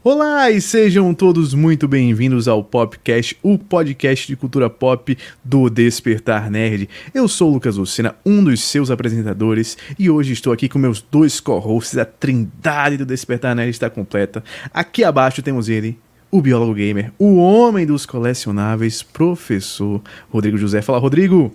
Olá e sejam todos muito bem-vindos ao Popcast, o podcast de cultura pop do Despertar Nerd. Eu sou o Lucas Lucena, um dos seus apresentadores, e hoje estou aqui com meus dois co-hosts. A trindade do Despertar Nerd está completa. Aqui abaixo temos ele, o biólogo gamer, o homem dos colecionáveis, professor Rodrigo José. Fala, Rodrigo!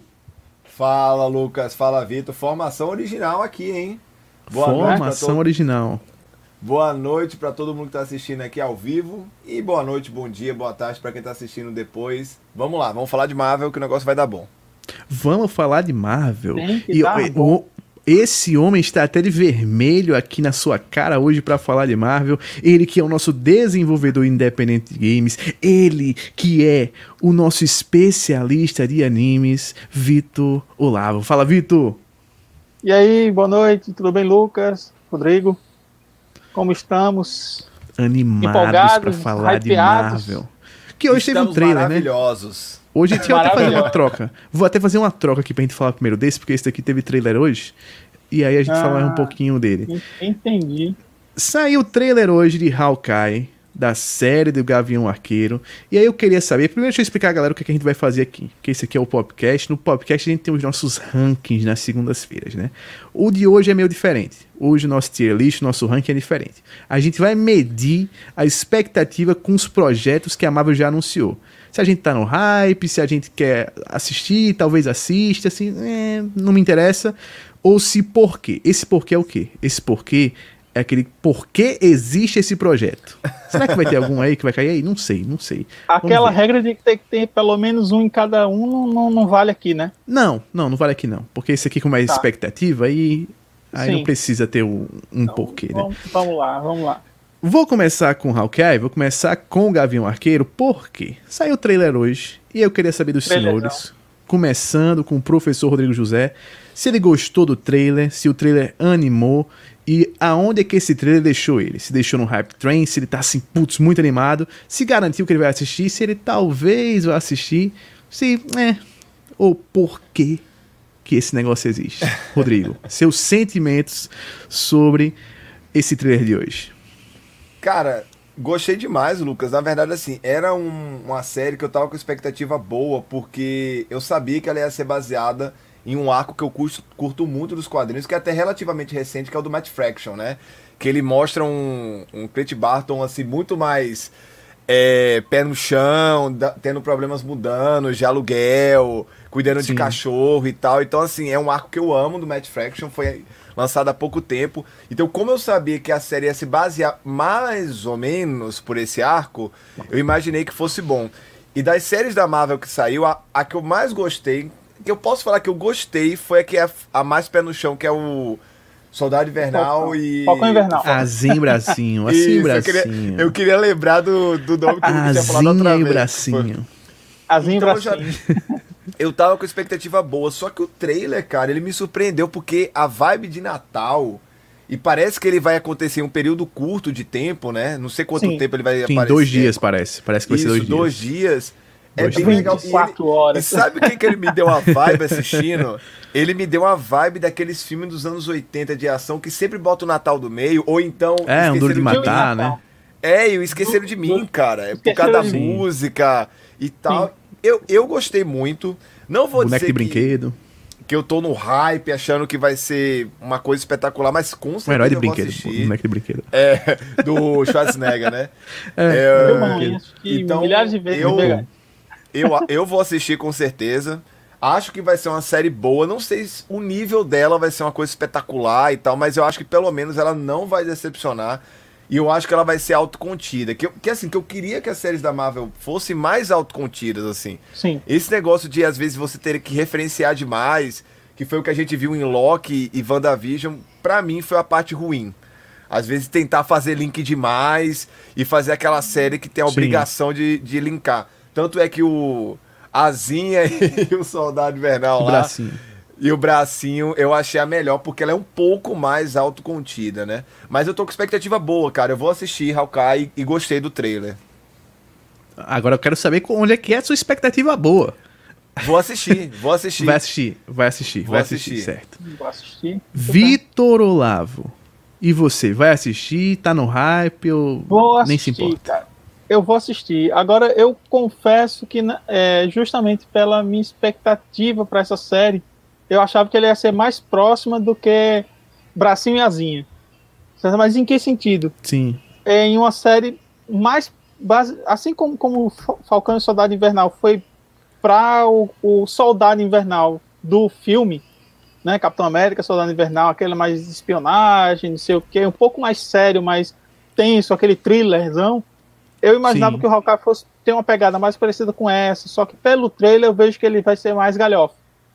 Fala, Lucas. Fala, Vitor. Formação original aqui, hein? Formação original. Boa noite para todo mundo que está assistindo aqui ao vivo. E boa noite, bom dia, boa tarde para quem está assistindo depois. Vamos lá, vamos falar de Marvel que o negócio vai dar bom. Vamos falar de Marvel. Bom. Esse homem está até de vermelho aqui na sua cara hoje para falar de Marvel. Ele que é o nosso desenvolvedor independente de games. Ele que é o nosso especialista de animes, Vitor Olavo. Fala, Vitor! E aí, boa noite, tudo bem, Lucas, Rodrigo? Como estamos? Animados para falar de Marvel. Que hoje teve um trailer, maravilhosos. Né? Hoje a gente vai até fazer uma troca. Vou até fazer uma troca aqui pra gente falar primeiro desse, porque esse daqui teve trailer hoje. E aí a gente fala um pouquinho dele. Entendi. Saiu o trailer hoje de Hawkeye, da série do Gavião Arqueiro. E aí eu queria saber, primeiro deixa eu explicar a galera o que a gente vai fazer aqui. Porque esse aqui é o Popcast. No Popcast a gente tem os nossos rankings nas segundas-feiras, né? O de hoje é meio diferente. Hoje o nosso tier list, nosso ranking é diferente. A gente vai medir a expectativa com os projetos que a Marvel já anunciou. Se a gente tá no hype, se a gente quer assistir, talvez assista, assim, não me interessa. Ou se porquê. Esse porquê é o quê? Esse porquê é aquele porquê existe esse projeto. Será que vai ter algum aí que vai cair aí? Não sei. Aquela regra de ter que ter pelo menos um em cada um não vale aqui, né? Não vale aqui não. Porque esse aqui com mais expectativa, aí não precisa ter um porquê, né? Vamos lá. Vou começar com o Hawkeye, vou começar com o Gavião Arqueiro, porque saiu o trailer hoje e eu queria saber dos senhores, começando com o professor Rodrigo José, se ele gostou do trailer, se o trailer animou e aonde é que esse trailer deixou ele. Se deixou no hype train, se ele tá assim, putz, muito animado, se garantiu que ele vai assistir, se ele talvez vai assistir, ou por que esse negócio existe. Rodrigo, seus sentimentos sobre esse trailer de hoje. Cara, gostei demais, Lucas. Na verdade, assim, era uma série que eu tava com expectativa boa, porque eu sabia que ela ia ser baseada em um arco que eu curto muito dos quadrinhos, que é até relativamente recente, que é o do Matt Fraction, né? Que ele mostra um Clint Barton, assim, muito mais pé no chão, tendo problemas mudando, de aluguel, cuidando de cachorro e tal. Então, assim, é um arco que eu amo do Matt Fraction, foi lançado há pouco tempo. Então, como eu sabia que a série ia se basear mais ou menos por esse arco, eu imaginei que fosse bom. E das séries da Marvel que saiu, a que eu mais gostei, que eu posso falar que eu gostei, foi a mais pé no chão, que é o Soldado Invernal e... Falcão Invernal. Azinho Bracinho. Eu queria lembrar do nome que eu tinha falado outra vez. Bracinho. Azinho Então, Bracinho. Eu tava com expectativa boa, só que o trailer, cara, ele me surpreendeu porque a vibe de Natal, e parece que ele vai acontecer em um período curto de tempo, né? Não sei quanto tempo ele vai aparecer. 2 dias, parece. Parece que vai ser 2 dias. 2 dias. É bem 24 legal. horas. E sabe o que ele me deu uma vibe assistindo? Ele me deu uma vibe daqueles filmes dos anos 80 de ação que sempre bota o Natal do meio, ou então... Um Duro de Matar, né? E o Esqueceram de Mim, cara. Por causa da música e tal. Eu gostei muito. Não vou Boneco dizer de brinquedo. Que eu tô no hype, achando que vai ser uma coisa espetacular, mas com certeza herói de eu vou brinquedo, assistir. boneco de brinquedo. Do Schwarzenegger, né? Então, milhares de vezes. Eu vou assistir com certeza. Acho que vai ser uma série boa. Não sei se o nível dela vai ser uma coisa espetacular e tal, mas eu acho que pelo menos ela não vai decepcionar. E eu acho que ela vai ser autocontida. Que eu queria que as séries da Marvel fossem mais autocontidas, assim. Sim. Esse negócio de, às vezes, você ter que referenciar demais, que foi o que a gente viu em Loki e WandaVision, pra mim foi a parte ruim. Às vezes tentar fazer link demais e fazer aquela série que tem a obrigação de linkar. Tanto é que o Azinha e o Soldado Invernal lá... E o Bracinho eu achei a melhor, porque ela é um pouco mais autocontida, né? Mas eu tô com expectativa boa, cara. Eu vou assistir Hawkeye e gostei do trailer. Agora eu quero saber onde é que é a sua expectativa boa. Vou assistir. Vai assistir, certo. Vou assistir. Vitor Olavo, E você, vai assistir? Tá no hype ou Vou nem se assistir, importa? cara. Eu vou assistir. Agora, eu confesso que, justamente pela minha expectativa para essa série, eu achava que ele ia ser mais próxima do que Bracinho e Asinha. Mas em que sentido? Sim. Em uma série mais... Assim como Falcão e o Soldado Invernal foi para o Soldado Invernal do filme, né, Capitão América, Soldado Invernal, aquele mais de espionagem, não sei o que, um pouco mais sério, mais tenso, aquele thrillerzão. Eu imaginava Sim. que o Hawkeye fosse ter uma pegada mais parecida com essa, só que pelo trailer eu vejo que ele vai ser mais galhofa.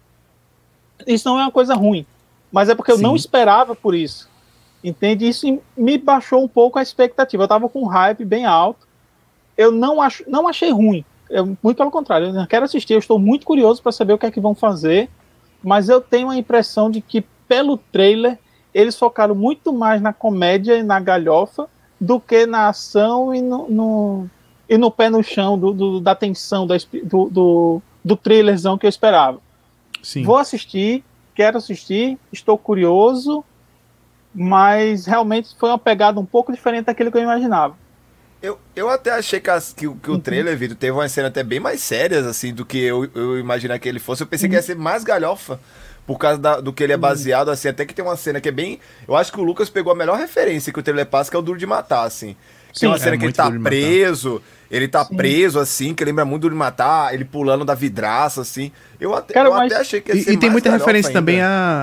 Isso não é uma coisa ruim, mas é porque eu não esperava por isso. Entende? Isso me baixou um pouco a expectativa. Eu tava com um hype bem alto. Eu não achei ruim. Muito pelo contrário, eu quero assistir, eu estou muito curioso para saber o que é que vão fazer, mas eu tenho a impressão de que pelo trailer eles focaram muito mais na comédia e na galhofa do que na ação e no pé no chão da tensão do thrillerzão que eu esperava. Sim. Vou assistir, quero assistir, estou curioso, mas realmente foi uma pegada um pouco diferente daquilo que eu imaginava. Eu até achei que o trailer, Vitor, teve uma cena até bem mais sérias, assim, do que eu imaginei que ele fosse. Eu pensei que ia ser mais galhofa, por causa do que ele é baseado, assim, até que tem uma cena que é bem... Eu acho que o Lucas pegou a melhor referência que o trailer passa, que é o Duro de Matar, assim. Tem uma cena que ele tá preso, assim, que lembra muito do Duro de Matar, ele pulando da vidraça, assim. Eu até achei que ia ser E tem mais muita galhofa referência ainda. também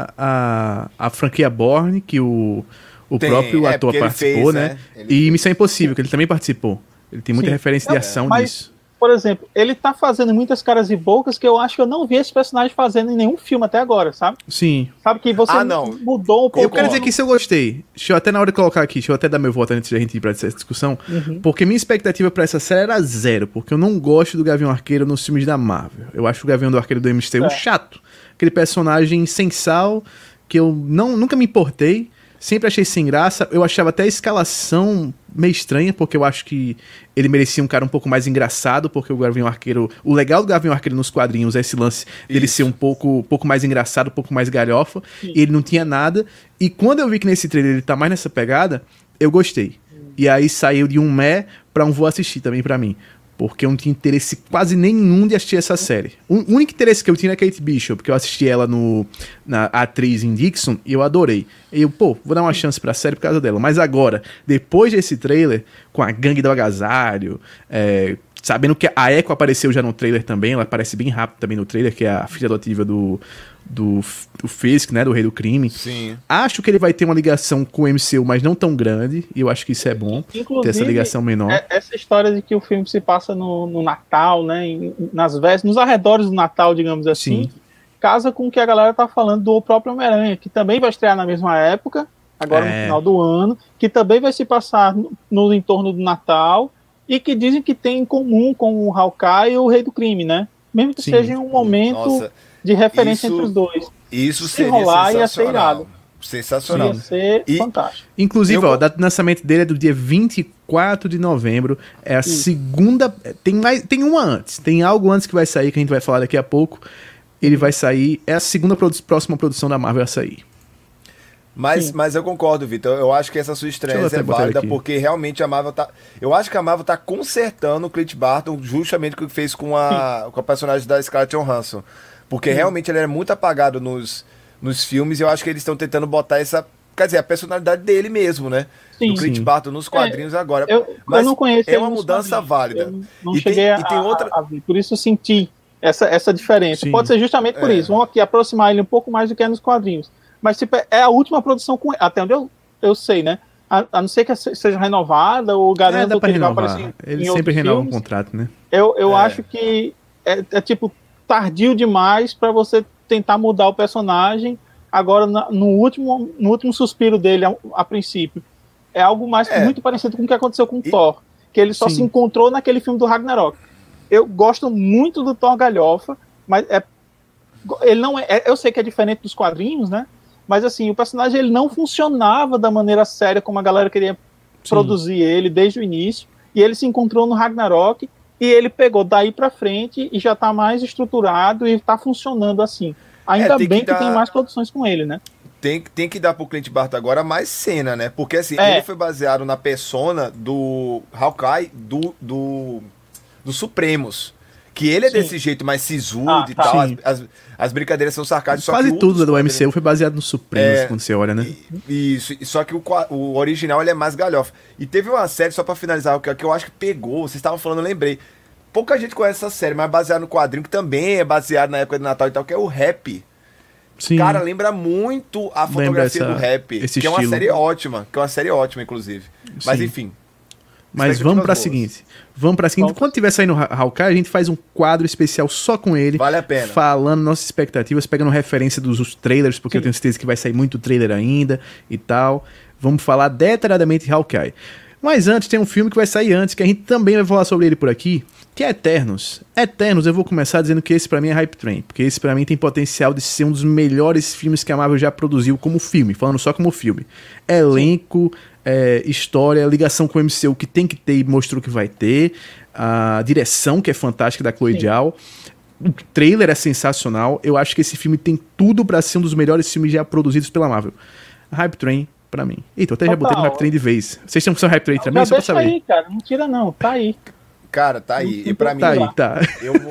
à franquia Bourne, que o próprio ator porque ele participou, fez, né? E Missão Impossível, que ele também participou. Ele tem muita referência de ação disso. Por exemplo, ele tá fazendo muitas caras e bocas que eu acho que eu não vi esse personagem fazendo em nenhum filme até agora, sabe? Sim. Sabe que você mudou um pouco. Eu quero dizer que isso eu gostei. Deixa eu até na hora de colocar aqui, deixa eu até dar meu voto antes da gente ir pra essa discussão. Porque minha expectativa pra essa série era zero, porque eu não gosto do Gavião Arqueiro nos filmes da Marvel. Eu acho o Gavião do Arqueiro do MCU chato. Aquele personagem sem sal, que eu nunca me importei. Sempre achei sem graça. Eu achava até a escalação meio estranha, porque eu acho que ele merecia um cara um pouco mais engraçado, porque o Gavião Arqueiro... O legal do Gavião Arqueiro nos quadrinhos é esse lance dele ser um pouco mais engraçado, um pouco mais galhofa. E ele não tinha nada. E quando eu vi que nesse trailer ele tá mais nessa pegada, eu gostei. E aí saiu de um pra um vou assistir também pra mim. Porque eu não tinha interesse quase nenhum de assistir essa série. O único interesse que eu tinha é Kate Bishop, porque eu assisti ela na atriz em Dixon e eu adorei. E eu, vou dar uma chance pra série por causa dela. Mas agora, depois desse trailer, com a gangue do agasalho, sabendo que a Echo apareceu já no trailer também, ela aparece bem rápido também no trailer, que é a filha adotiva do Fisk, né, do Rei do Crime. Sim. Acho que ele vai ter uma ligação com o MCU, mas não tão grande, e eu acho que isso é bom, inclusive, ter essa ligação menor. Essa história de que o filme se passa no Natal, né, nas vésperas, nos arredores do Natal, digamos assim, casa com o que a galera tá falando do próprio Homem-Aranha, que também vai estrear na mesma época, agora no final do ano, que também vai se passar no entorno do Natal, e que dizem que tem em comum com o Hawkeye e o Rei do Crime, né? Mesmo que seja em um momento de referência entre os dois. Isso se seria rolar, sensacional. ia ser irado. Sensacional. Ia ser fantástico. Inclusive, a data de lançamento dele é do dia 24 de novembro. É a segunda... Tem uma antes. Tem algo antes que vai sair, que a gente vai falar daqui a pouco. Ele vai sair... É a segunda próxima produção da Marvel a sair. Mas eu concordo, Vitor. Eu acho que essa sua estreia é válida, porque realmente a Marvel tá... Eu acho que a Marvel tá consertando o Clint Barton justamente o que fez com a personagem da Scarlett Johansson. Porque realmente ele era muito apagado nos filmes, e eu acho que eles estão tentando botar essa... Quer dizer, a personalidade dele mesmo, né? Do Clint Barton nos quadrinhos agora. Mas eu não conheço. É uma mudança válida. Eu não cheguei a ver, por isso eu senti essa diferença. Sim. Pode ser justamente por isso. Vamos aqui aproximar ele um pouco mais do que é nos quadrinhos. Mas tipo, é a última produção com ele, até onde eu sei, né? A não ser que seja renovada ou garanta que ele vai aparecer. Ele sempre renova um contrato, né? Eu acho que é tipo tardio demais para você tentar mudar o personagem agora no último suspiro dele a princípio. É algo muito parecido com o que aconteceu com o Thor, que ele só se encontrou naquele filme do Ragnarok. Eu gosto muito do Thor galhofa, mas ele não eu sei que é diferente dos quadrinhos, né? Mas assim, o personagem ele não funcionava da maneira séria como a galera queria produzir ele desde o início, e ele se encontrou no Ragnarok, e ele pegou daí pra frente e já tá mais estruturado e tá funcionando assim. Ainda bem que tem mais produções com ele, né? tem que dar pro Clint Barton agora mais cena, né? Porque assim, ele foi baseado na persona do Hawkeye do Supremos. Que ele é desse jeito mais sisudo e tal. As brincadeiras são sarcásticas. Quase tudo do MCU foi baseado no Supremos, quando você olha, né? Isso. Só que o original ele é mais galhofa. E teve uma série, só pra finalizar, que eu acho que pegou. Vocês estavam falando, eu lembrei. Pouca gente conhece essa série, mas baseado no quadrinho, que também é baseado na época de Natal e tal, que é o Rap. Sim. Cara, lembra muito a fotografia do Rap. Que é uma série ótima. Que é uma série ótima, inclusive. Mas enfim. Mas vamos pra seguinte. Quando tiver saindo Hawkeye, a gente faz um quadro especial só com ele. Vale a pena. Falando nossas expectativas, pegando referência dos trailers, porque eu tenho certeza que vai sair muito trailer ainda e tal. Vamos falar detalhadamente de Hawkeye. Mas antes, tem um filme que vai sair antes, que a gente também vai falar sobre ele por aqui, que é Eternos. Eternos, eu vou começar dizendo que esse pra mim é Hype Train, porque esse pra mim tem potencial de ser um dos melhores filmes que a Marvel já produziu como filme, falando só como filme. Elenco, história, ligação com o MCU que tem que ter e mostrou que vai ter, a direção que é fantástica da Chloe Zhao, o trailer é sensacional, eu acho que esse filme tem tudo pra ser um dos melhores filmes já produzidos pela Marvel. Hype Train, pra mim. Eita, eu até já botei no Hype Train de vez. Vocês têm opção Hype Train também? Só pra saber. Aí, cara, não tira não, tá aí. Cara, tá aí. E pra mim, tá.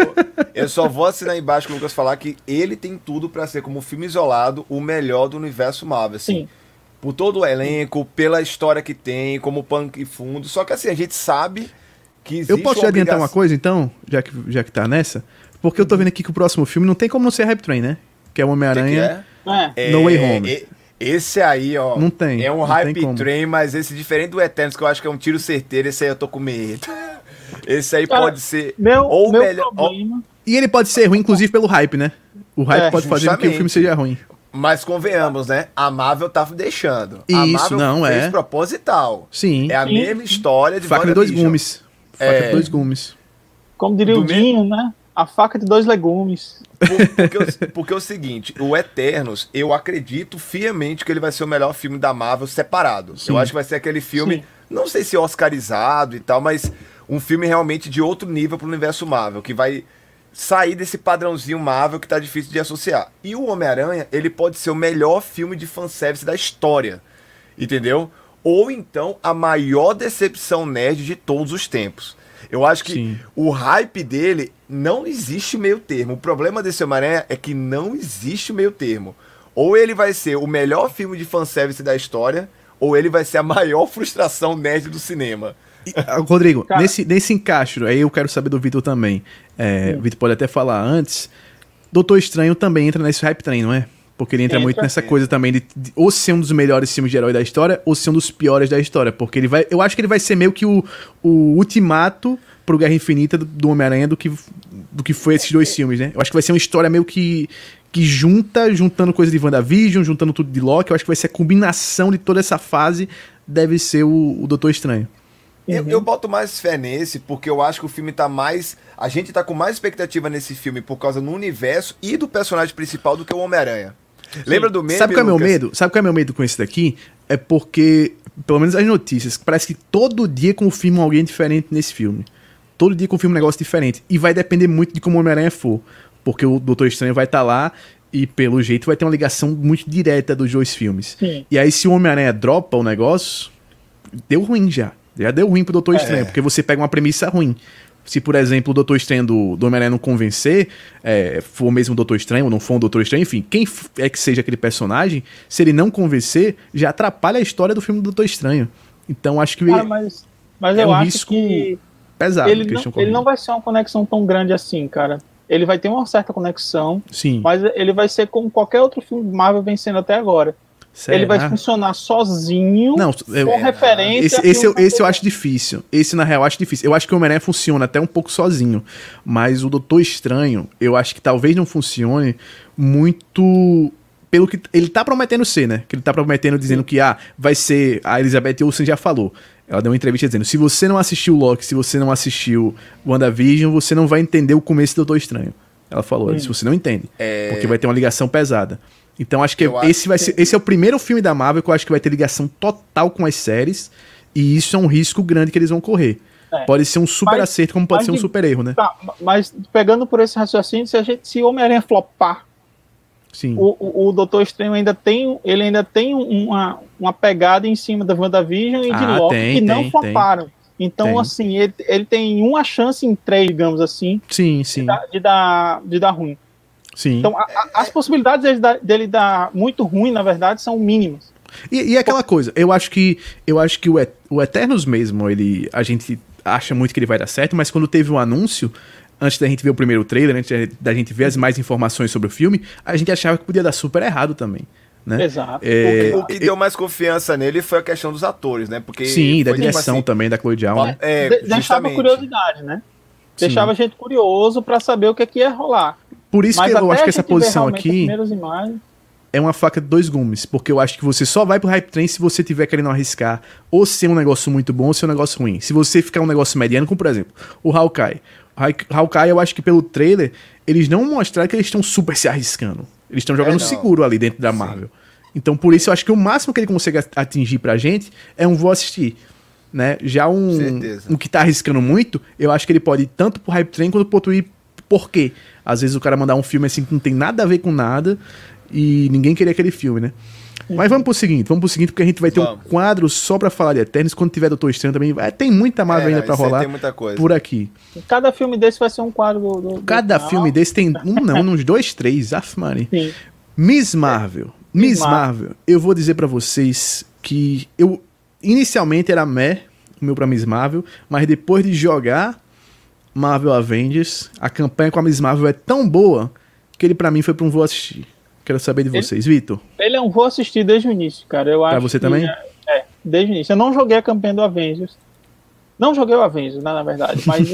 Eu só vou assinar embaixo com o Lucas falar que ele tem tudo pra ser, como filme isolado, o melhor do universo Marvel, assim. Sim. Por todo o elenco, pela história que tem, como pano e fundo. Só que assim, a gente sabe que existe. Eu posso te adiantar uma coisa, então, já que tá nessa? Porque eu tô vendo aqui que o próximo filme não tem como não ser Hype Train, né? Que é o Homem-Aranha No Way Home. Esse aí, ó, não tem, é um Hype Train, mas esse diferente do Eternos, que eu acho que é um tiro certeiro, esse aí eu tô com medo. Esse aí pode ser ou melhor. E ele pode ser ruim, inclusive, pelo hype, né? O hype pode fazer com que o filme seja ruim. Mas convenhamos, né? A Marvel tá deixando. Isso, a Marvel não fez proposital. Sim. É a mesma história de faca de dois gumes. Faca de dois gumes. Como diria o Dinho, né? A faca de dois legumes. Porque é o seguinte, o Eternos, eu acredito fielmente que ele vai ser o melhor filme da Marvel separado. Sim. Eu acho que vai ser aquele filme, não sei se oscarizado e tal, mas um filme realmente de outro nível pro universo Marvel, que vai sair desse padrãozinho Marvel que tá difícil de associar. E o Homem-Aranha, ele pode ser o melhor filme de fanservice da história, entendeu? Ou então a maior decepção nerd de todos os tempos. Eu acho que o hype dele não existe meio termo. O problema desse Homem-Aranha é que não existe meio termo. Ou ele vai ser o melhor filme de fanservice da história, ou ele vai ser a maior frustração nerd do cinema. Rodrigo, nesse encaixe, aí eu quero saber do Vitor também. O Vitor pode até falar antes. Doutor Estranho também entra nesse hype train, não é? Porque ele entra muito nessa coisa também de ou ser um dos melhores filmes de herói da história, ou ser um dos piores da história. Porque eu acho que ele vai ser meio que o ultimato pro Guerra Infinita do Homem-Aranha do que foi esses dois filmes, né? Eu acho que vai ser uma história meio que juntando coisa de WandaVision, juntando tudo de Loki. Eu acho que vai ser a combinação de toda essa fase, deve ser o Doutor Estranho. Eu boto mais fé nesse, porque eu acho que o filme tá mais... A gente tá com mais expectativa nesse filme por causa do universo e do personagem principal do que o Homem-Aranha. Lembra do meme, Sabe qual é meu medo? Sabe qual é meu medo com esse daqui? É porque, pelo menos as notícias, parece que todo dia confirmam alguém diferente nesse filme. Todo dia confirma um negócio diferente. E vai depender muito de como o Homem-Aranha for. Porque o Doutor Estranho vai estar lá e, pelo jeito, vai ter uma ligação muito direta dos dois filmes. Sim. E aí, se o Homem-Aranha dropa o negócio, deu ruim já. Já deu ruim pro Doutor Estranho, porque você pega uma premissa ruim. Se, por exemplo, o Doutor Estranho do Homem-Aranha não convencer, for mesmo o Doutor Estranho, ou não for um Doutor Estranho, enfim, quem é que seja aquele personagem, se ele não convencer, já atrapalha a história do filme do Doutor Estranho. Então, acho que mas eu acho que pesado. Ele não vai ser uma conexão tão grande assim, cara. Ele vai ter uma certa conexão, mas ele vai ser como qualquer outro filme Marvel vem sendo até agora. Será? Ele vai funcionar sozinho, com referência... Esse eu acho difícil. Esse, na real, eu acho difícil. Eu acho que o Homem-Aranha funciona até um pouco sozinho. Mas o Doutor Estranho, eu acho que talvez não funcione muito... Pelo que ele tá prometendo ser, né? Que ele tá prometendo, dizendo que vai ser... A Elizabeth Olsen já falou. Ela deu uma entrevista dizendo, se você não assistiu Loki, se você não assistiu WandaVision, você não vai entender o começo do Doutor Estranho. Ela falou, se você não entende. Porque vai ter uma ligação pesada. Então acho que esse é o primeiro filme da Marvel que eu acho que vai ter ligação total com as séries, e isso é um risco grande que eles vão correr. Pode ser um super acerto, como pode ser um super erro, né? Tá, mas pegando por esse raciocínio, se Homem-Aranha flopar, Sim. O Doutor Estranho ainda tem uma pegada em cima da WandaVision e de Loki que não floparam. Então, assim, ele tem uma chance em 3, digamos assim, sim. De dar ruim. Sim. Então, as possibilidades dele dar muito ruim, na verdade, são mínimas. E aquela coisa, eu acho que o Eternos mesmo, a gente acha muito que ele vai dar certo, mas quando teve um anúncio, antes da gente ver o primeiro trailer, antes da gente ver as mais informações sobre o filme, a gente achava que podia dar super errado também. Né? Exato. O que deu mais confiança nele foi a questão dos atores, né? Porque sim, da direção assim, também, da Chloe Zhao, né? Deixava curiosidade, né? Deixava a gente curioso pra saber o que ia rolar. Por isso que eu acho que essa posição aqui imagens... é uma faca de 2 gumes, porque eu acho que você só vai pro Hype Train se você tiver querendo arriscar ou ser um negócio muito bom ou ser um negócio ruim. Se você ficar um negócio mediano, como por exemplo, o Hawkeye. Hawkeye, eu acho que pelo trailer, eles não mostraram que eles estão super se arriscando. Eles estão jogando seguro ali dentro da Marvel. Então, por isso, eu acho que o máximo que ele consegue atingir pra gente é um vou assistir. Né? Já um que tá arriscando muito, eu acho que ele pode ir tanto pro Hype Train quanto pro ir por quê? Às vezes o cara mandar um filme assim que não tem nada a ver com nada e ninguém queria aquele filme, né? Mas vamos pro seguinte porque a gente vai ter um quadro só pra falar de Eternos. Quando tiver Doutor Estranho também, tem muita Marvel ainda pra rolar por aqui. Cada filme desse vai ser um quadro Cada filme desse tem uns 2, 3, Mari. Miss Marvel, eu vou dizer pra vocês que eu inicialmente era o meu pra Miss Marvel, mas depois de jogar Marvel Avengers, a campanha com a Miss Marvel é tão boa que ele pra mim foi pra um vou assistir. Quero saber de vocês, Vitor. Ele é um vou assistir desde o início, cara. Eu acho. Pra você também? Desde o início. Eu não joguei a campanha do Avengers. Não joguei o Avengers, na verdade. Mas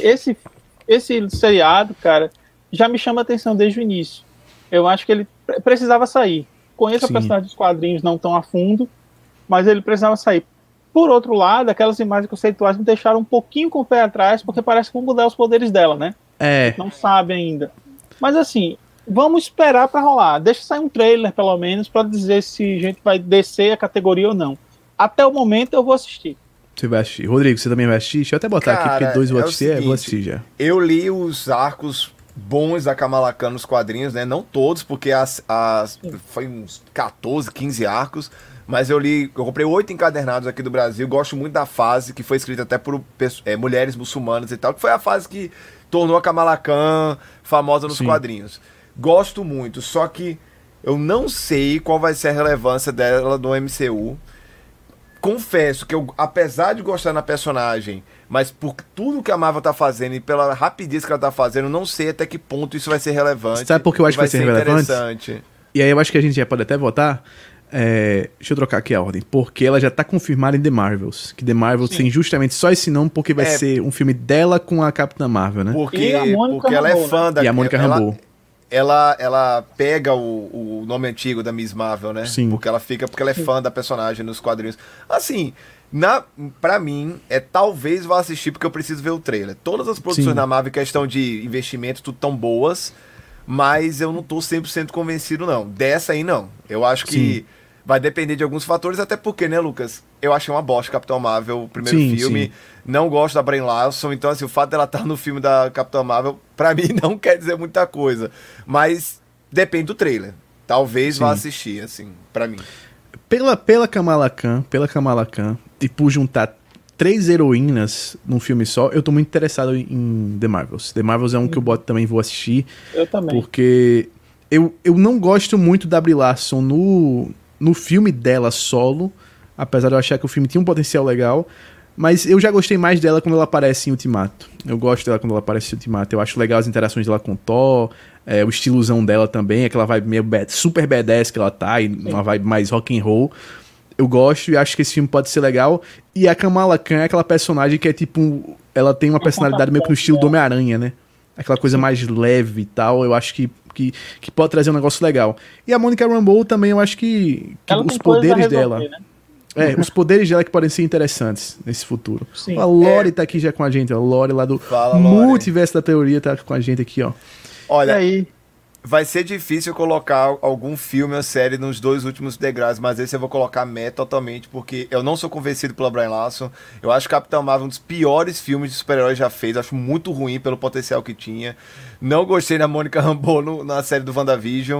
esse seriado, cara, já me chama a atenção desde o início. Eu acho que ele precisava sair. Conheço a personagem dos quadrinhos não tão a fundo, mas ele precisava sair. Por outro lado, aquelas imagens conceituais me deixaram um pouquinho com o pé atrás, porque parece que vão mudar os poderes dela, né? Não sabe ainda. Mas assim, vamos esperar pra rolar. Deixa sair um trailer, pelo menos, pra dizer se a gente vai descer a categoria ou não. Até o momento eu vou assistir. Você vai assistir. Rodrigo, você também vai assistir? Deixa eu até botar aqui, porque 2 vou assistir, vou assistir já. Eu li os arcos bons da Kamala Khan nos quadrinhos, né? Não todos, porque foi uns 14, 15 arcos. Mas eu comprei 8 encadernados aqui do Brasil, gosto muito da fase, que foi escrita até por mulheres muçulmanas e tal, que foi a fase que tornou a Kamala Khan famosa nos quadrinhos. Gosto muito, só que eu não sei qual vai ser a relevância dela no MCU. Confesso que eu, apesar de gostar da personagem, mas por tudo que a Marvel tá fazendo e pela rapidez que ela tá fazendo, eu não sei até que ponto isso vai ser relevante. Sabe por que eu acho que vai ser relevante? E aí eu acho que a gente já pode até votar. Deixa eu trocar aqui a ordem. Porque ela já tá confirmada em The Marvels. Que The Marvels tem justamente só esse nome, porque vai ser um filme dela com a Capitã Marvel, né? Porque ela é fã da... E a Mônica Rambeau. Ela pega o nome antigo da Miss Marvel, né? Sim. Porque ela é fã da personagem nos quadrinhos. Assim, pra mim, talvez vá assistir porque eu preciso ver o trailer. Todas as produções da Marvel, questão de investimento, tudo tão boas, mas eu não tô 100% convencido, não. Dessa aí, não. Eu acho que vai depender de alguns fatores, até porque, né, Lucas? Eu achei uma bosta Capitão Marvel, o primeiro filme. Sim. Não gosto da Brie Larson, então, assim, o fato dela estar no filme da Capitão Marvel, pra mim, não quer dizer muita coisa. Mas depende do trailer. Talvez vá assistir, assim, pra mim. Pela Kamala Khan, e por juntar 3 heroínas num filme só, eu tô muito interessado em The Marvels. The Marvels é um que eu boto também, vou assistir. Eu também. Porque eu não gosto muito da Brie Larson no filme dela solo, apesar de eu achar que o filme tinha um potencial legal, mas eu já gostei mais dela quando ela aparece em Ultimato. Eu gosto dela quando ela aparece em Ultimato. Eu acho legal as interações dela com o Thor, o estilozão dela também, aquela vibe meio super badass que ela tá, e uma vibe mais rock and roll. Eu gosto e acho que esse filme pode ser legal. E a Kamala Khan é aquela personagem que é tipo... Ela tem uma personalidade meio que no estilo do Homem-Aranha, né? Aquela coisa mais leve e tal. Eu acho que pode trazer um negócio legal. E a Mônica Rambeau também, eu acho que os poderes dela... Né? Os poderes dela que podem ser interessantes nesse futuro. Sim. A Lori tá aqui já com a gente, ó. A Lori lá do Multiverso da Teoria tá com a gente aqui, ó. Olha, aí vai ser difícil colocar algum filme ou série nos 2 últimos degraus, mas esse eu vou colocar totalmente, porque eu não sou convencido pela Brie Larson. Eu acho que Capitão Marvel é um dos piores filmes de super-heróis já fez. Acho muito ruim pelo potencial que tinha. Não gostei da Mônica Rambeau na série do WandaVision.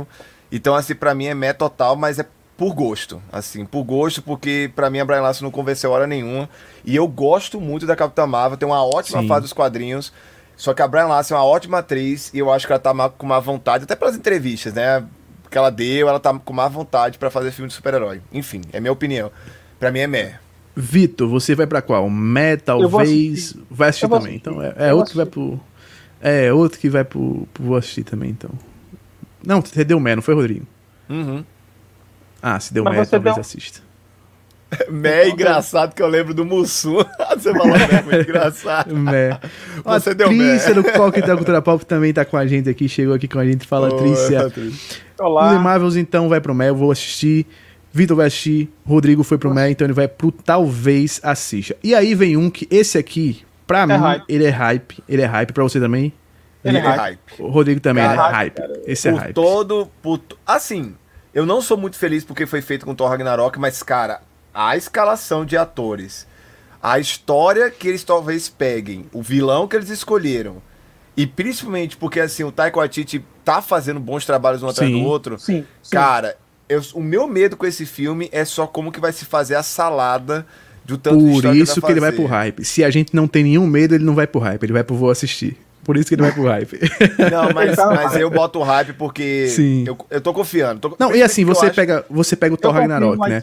Então, assim, pra mim é meh total, mas é por gosto. Assim, por gosto, porque pra mim a Brie Larson não convenceu hora nenhuma. E eu gosto muito da Capitã Marvel, tem uma ótima fase dos quadrinhos. Só que a Brie Larson é uma ótima atriz e eu acho que ela tá com má vontade, até pelas entrevistas, né? Que ela deu, ela tá com má vontade pra fazer filme de super-herói. Enfim, é minha opinião. Pra mim é meh. Vitor, você vai pra qual? Meh, talvez. Vai assistir também. Então é outro que vai pro. É, outro que vai pro. Vou assistir também, então. Não, você deu meh, não foi, Rodrigo? Uhum. Ah, se deu meh, talvez assista. Mé é engraçado que eu lembro do Mussum. Você falou Mé, muito engraçado. Mé. Ah, você deu Mé. Trícia do Coquetel Cultura Pop também tá com a gente aqui, chegou aqui com a gente, fala Trícia. Olá. O The Marvels então vai pro Mé, eu vou assistir. Vitor vai assistir, Rodrigo foi pro Mé, então ele vai pro talvez assista. E aí vem um que esse aqui, pra mim, hype. ele é hype. Ele é hype pra você também? Ele é hype. O Rodrigo também, Cara, é hype. Esse é hype. Assim, eu não sou muito feliz porque foi feito com Thor Ragnarok, mas, cara, a escalação de atores, a história que eles talvez peguem, o vilão que eles escolheram, e principalmente porque, assim, o Taika Waititi tá fazendo bons trabalhos um atrás do outro. Sim. Cara, o meu medo com esse filme é só como que vai se fazer a salada do tanto de Por história isso que ele vai pro hype. Se a gente não tem nenhum medo, ele não vai pro hype, ele vai pro vou assistir. Por isso que ele vai pro hype. Não, mas eu boto o hype porque eu tô confiando. Não, e assim, você pega o Thor Ragnarok, né?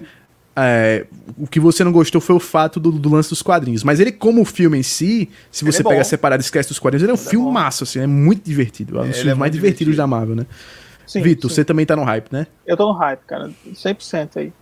O que você não gostou foi o fato do lance dos quadrinhos. Mas ele, como filme em si, se você pega separado e esquece dos quadrinhos, ele é um filme massa, assim, é muito divertido. É um dos filmes mais divertidos da Marvel, né? Vitor, você também tá no hype, né? Eu tô no hype, cara. 100% aí.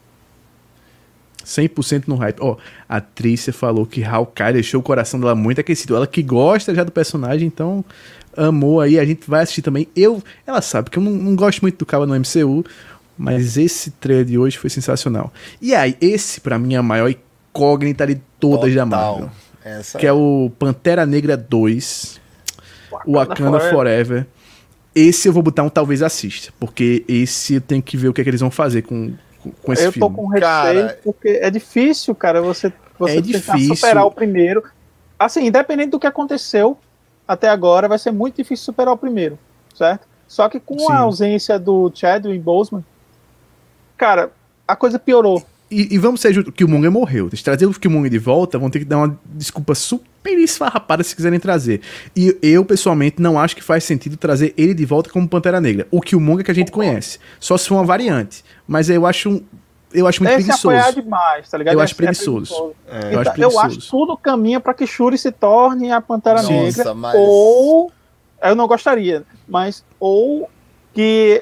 100% no hype. Ó, a Trícia falou que Hawkeye deixou o coração dela muito aquecido. Ela que gosta já do personagem, então amou aí. A gente vai assistir também. Ela sabe que eu não gosto muito do Cabo no MCU, mas esse trailer de hoje foi sensacional. E aí, esse pra mim é a maior incógnita de todas da Marvel. Que é o Pantera Negra 2, o Wakanda Forever. Esse eu vou botar um talvez assista, porque esse eu tenho que ver o que é que eles vão fazer com esse filme. Eu tô com receio, porque é difícil, cara, você tentar superar o primeiro. Assim, independente do que aconteceu até agora, vai ser muito difícil superar o primeiro, certo? Só que com a ausência do Chadwick Boseman, cara, a coisa piorou. E vamos ser justos, o Killmonger morreu. Se trazer o Killmonger de volta, vão ter que dar uma desculpa super esfarrapada se quiserem trazer. E eu, pessoalmente, não acho que faz sentido trazer ele de volta como Pantera Negra. O Killmonger que a gente conhece. Só se for uma variante. Mas eu acho muito preguiçoso. Apoiar demais, tá ligado? Eu acho preguiçoso. Eu acho que tudo caminha pra que Shuri se torne a Pantera Negra. Mas... Ou... Eu não gostaria, mas... Ou que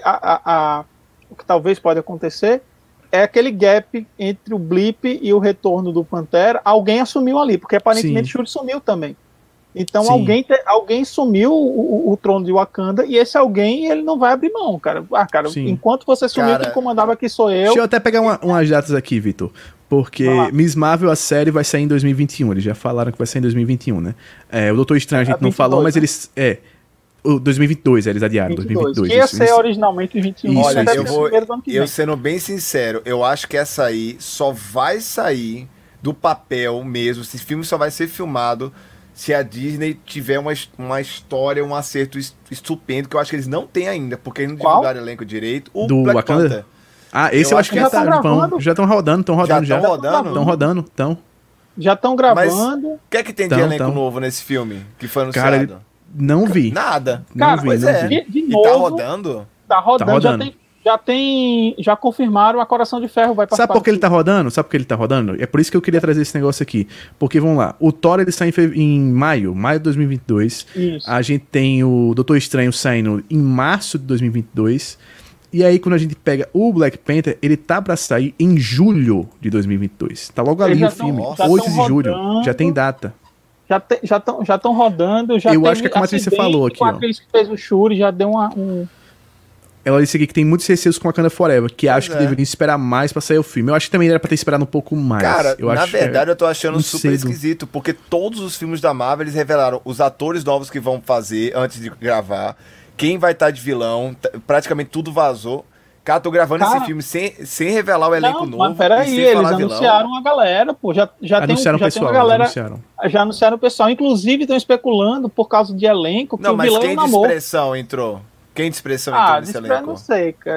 o que talvez pode acontecer é aquele gap entre o blip e o retorno do Pantera. Alguém assumiu ali, porque aparentemente Shuri sumiu também. Então alguém sumiu o trono de Wakanda, e esse alguém, ele não vai abrir mão, cara. Enquanto você sumiu, quem comandava aqui sou eu. Deixa eu até pegar umas datas aqui, Vitor. Porque Miss Marvel, a série, vai sair em 2021. Eles já falaram que vai sair em 2021, né? O Doutor Estranho a gente não 22, falou, mas né? eles... O 2022, eles adiaram, 2022. Que ia ser originalmente 21. Olha, eu sendo bem sincero, eu acho que essa aí só vai sair do papel mesmo, esse filme só vai ser filmado se a Disney tiver uma história, um acerto estupendo, que eu acho que eles não têm ainda, porque eles não divulgaram elenco direito. O do Black Wakanda? Panther. Esse eu acho que já estão rodando. Já estão gravando. Mas o que é que tem de elenco novo nesse filme que foi anunciado? Cara, não vi. Nada. De novo, e tá rodando? Tá rodando. Já confirmaram a Coração de Ferro vai participar. Sabe por que ele tá rodando? É por isso que eu queria trazer esse negócio aqui. Porque, vamos lá, o Thor ele sai em maio de 2022. Isso. A gente tem o Doutor Estranho saindo em março de 2022. E aí, quando a gente pega o Black Panther, ele tá pra sair em julho de 2022. Tá logo ali o filme, 8 de julho. Já tem data. Já estão rodando. Eu acho que é como a Trícia falou aqui. A atriz que fez o Shuri já deu Ela disse aqui que tem muitos receios com a Wakanda Forever, que acho que deveriam esperar mais pra sair o filme. Eu acho que também era pra ter esperado um pouco mais. Cara, na verdade eu tô achando super esquisito, porque todos os filmes da Marvel, eles revelaram os atores novos que vão fazer antes de gravar, quem vai estar de vilão, praticamente tudo vazou. Cara, tô gravando esse filme sem revelar o elenco novo. Mas peraí, eles anunciaram a galera, pô. Já anunciaram tem uma galera. Já anunciaram o pessoal. Inclusive, estão especulando, por causa de elenco, que o vilão é o Namor. Quem de expressão entrou? Quem de expressão entrou nesse elenco? Não sei, cara.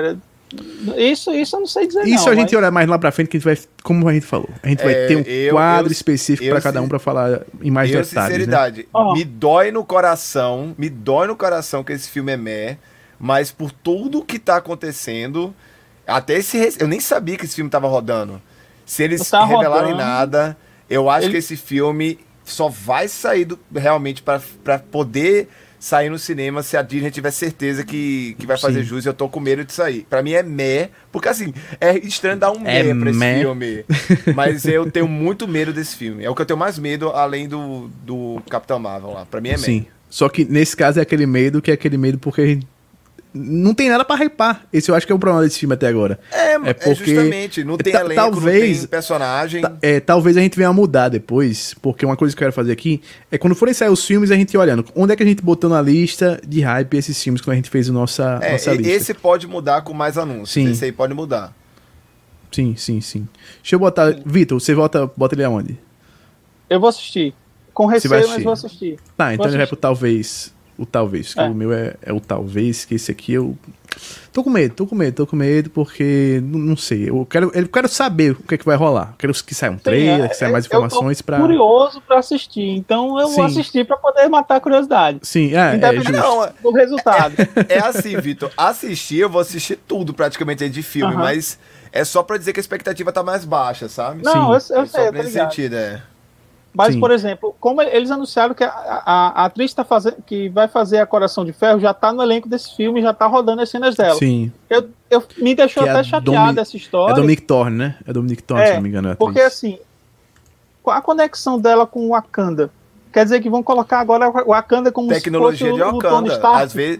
Isso eu não sei dizer. Isso não, a gente mas... olhar mais lá pra frente, que a gente vai, como a gente falou, a gente vai ter um quadro específico pra cada um pra falar em mais detalhes. Sinceridade, né? me dói no coração que esse filme é meh, mas por tudo que tá acontecendo, até eu nem sabia que esse filme tava rodando. Se eles revelarem nada, eu acho que esse filme só vai sair realmente pra poder sair no cinema se a Disney tiver certeza que vai fazer jus, e eu tô com medo de sair. Pra mim é meh, porque assim, é estranho dar um meh pra esse filme, mas eu tenho muito medo desse filme. É o que eu tenho mais medo, além do Capitão Marvel lá. Pra mim é meh. Sim, só que nesse caso é aquele medo porque não tem nada pra hypar. Esse eu acho que é o problema desse filme até agora. É porque justamente, não tem elenco, talvez, não tem personagem. Talvez a gente venha a mudar depois, porque uma coisa que eu quero fazer aqui é quando forem sair os filmes, a gente olhando onde é que a gente botou na lista de hype esses filmes quando a gente fez nossa lista. Esse pode mudar com mais anúncios. Sim. Esse aí pode mudar. Sim. Deixa eu botar... Vitor, você bota ele aonde? Eu vou assistir. Com receio, mas vou assistir. Tá, então ele vai pro talvez... O talvez, que o meu é o talvez, que esse aqui eu... Tô com medo, porque não sei. Eu quero saber o que é que vai rolar. Quero que saia um trailer, que saia mais informações pra... Eu tô curioso pra assistir, então eu vou assistir pra poder matar a curiosidade. Sim, do resultado. É assim, Vitor, eu vou assistir tudo praticamente de filme, mas é só pra dizer que a expectativa tá mais baixa, sabe? Não, eu sei, só nesse sentido, Mas, por exemplo, como eles anunciaram que a atriz que vai fazer a Coração de Ferro já tá no elenco desse filme, já tá rodando as cenas dela. Sim. Me deixou até chateado essa história. É Dominic Thorne, né? É Dominic Thorne, se não me engano. É porque assim, a conexão dela com o Wakanda, quer dizer que vão colocar agora o Wakanda como tecnologia se fosse de Wakanda. Às vezes...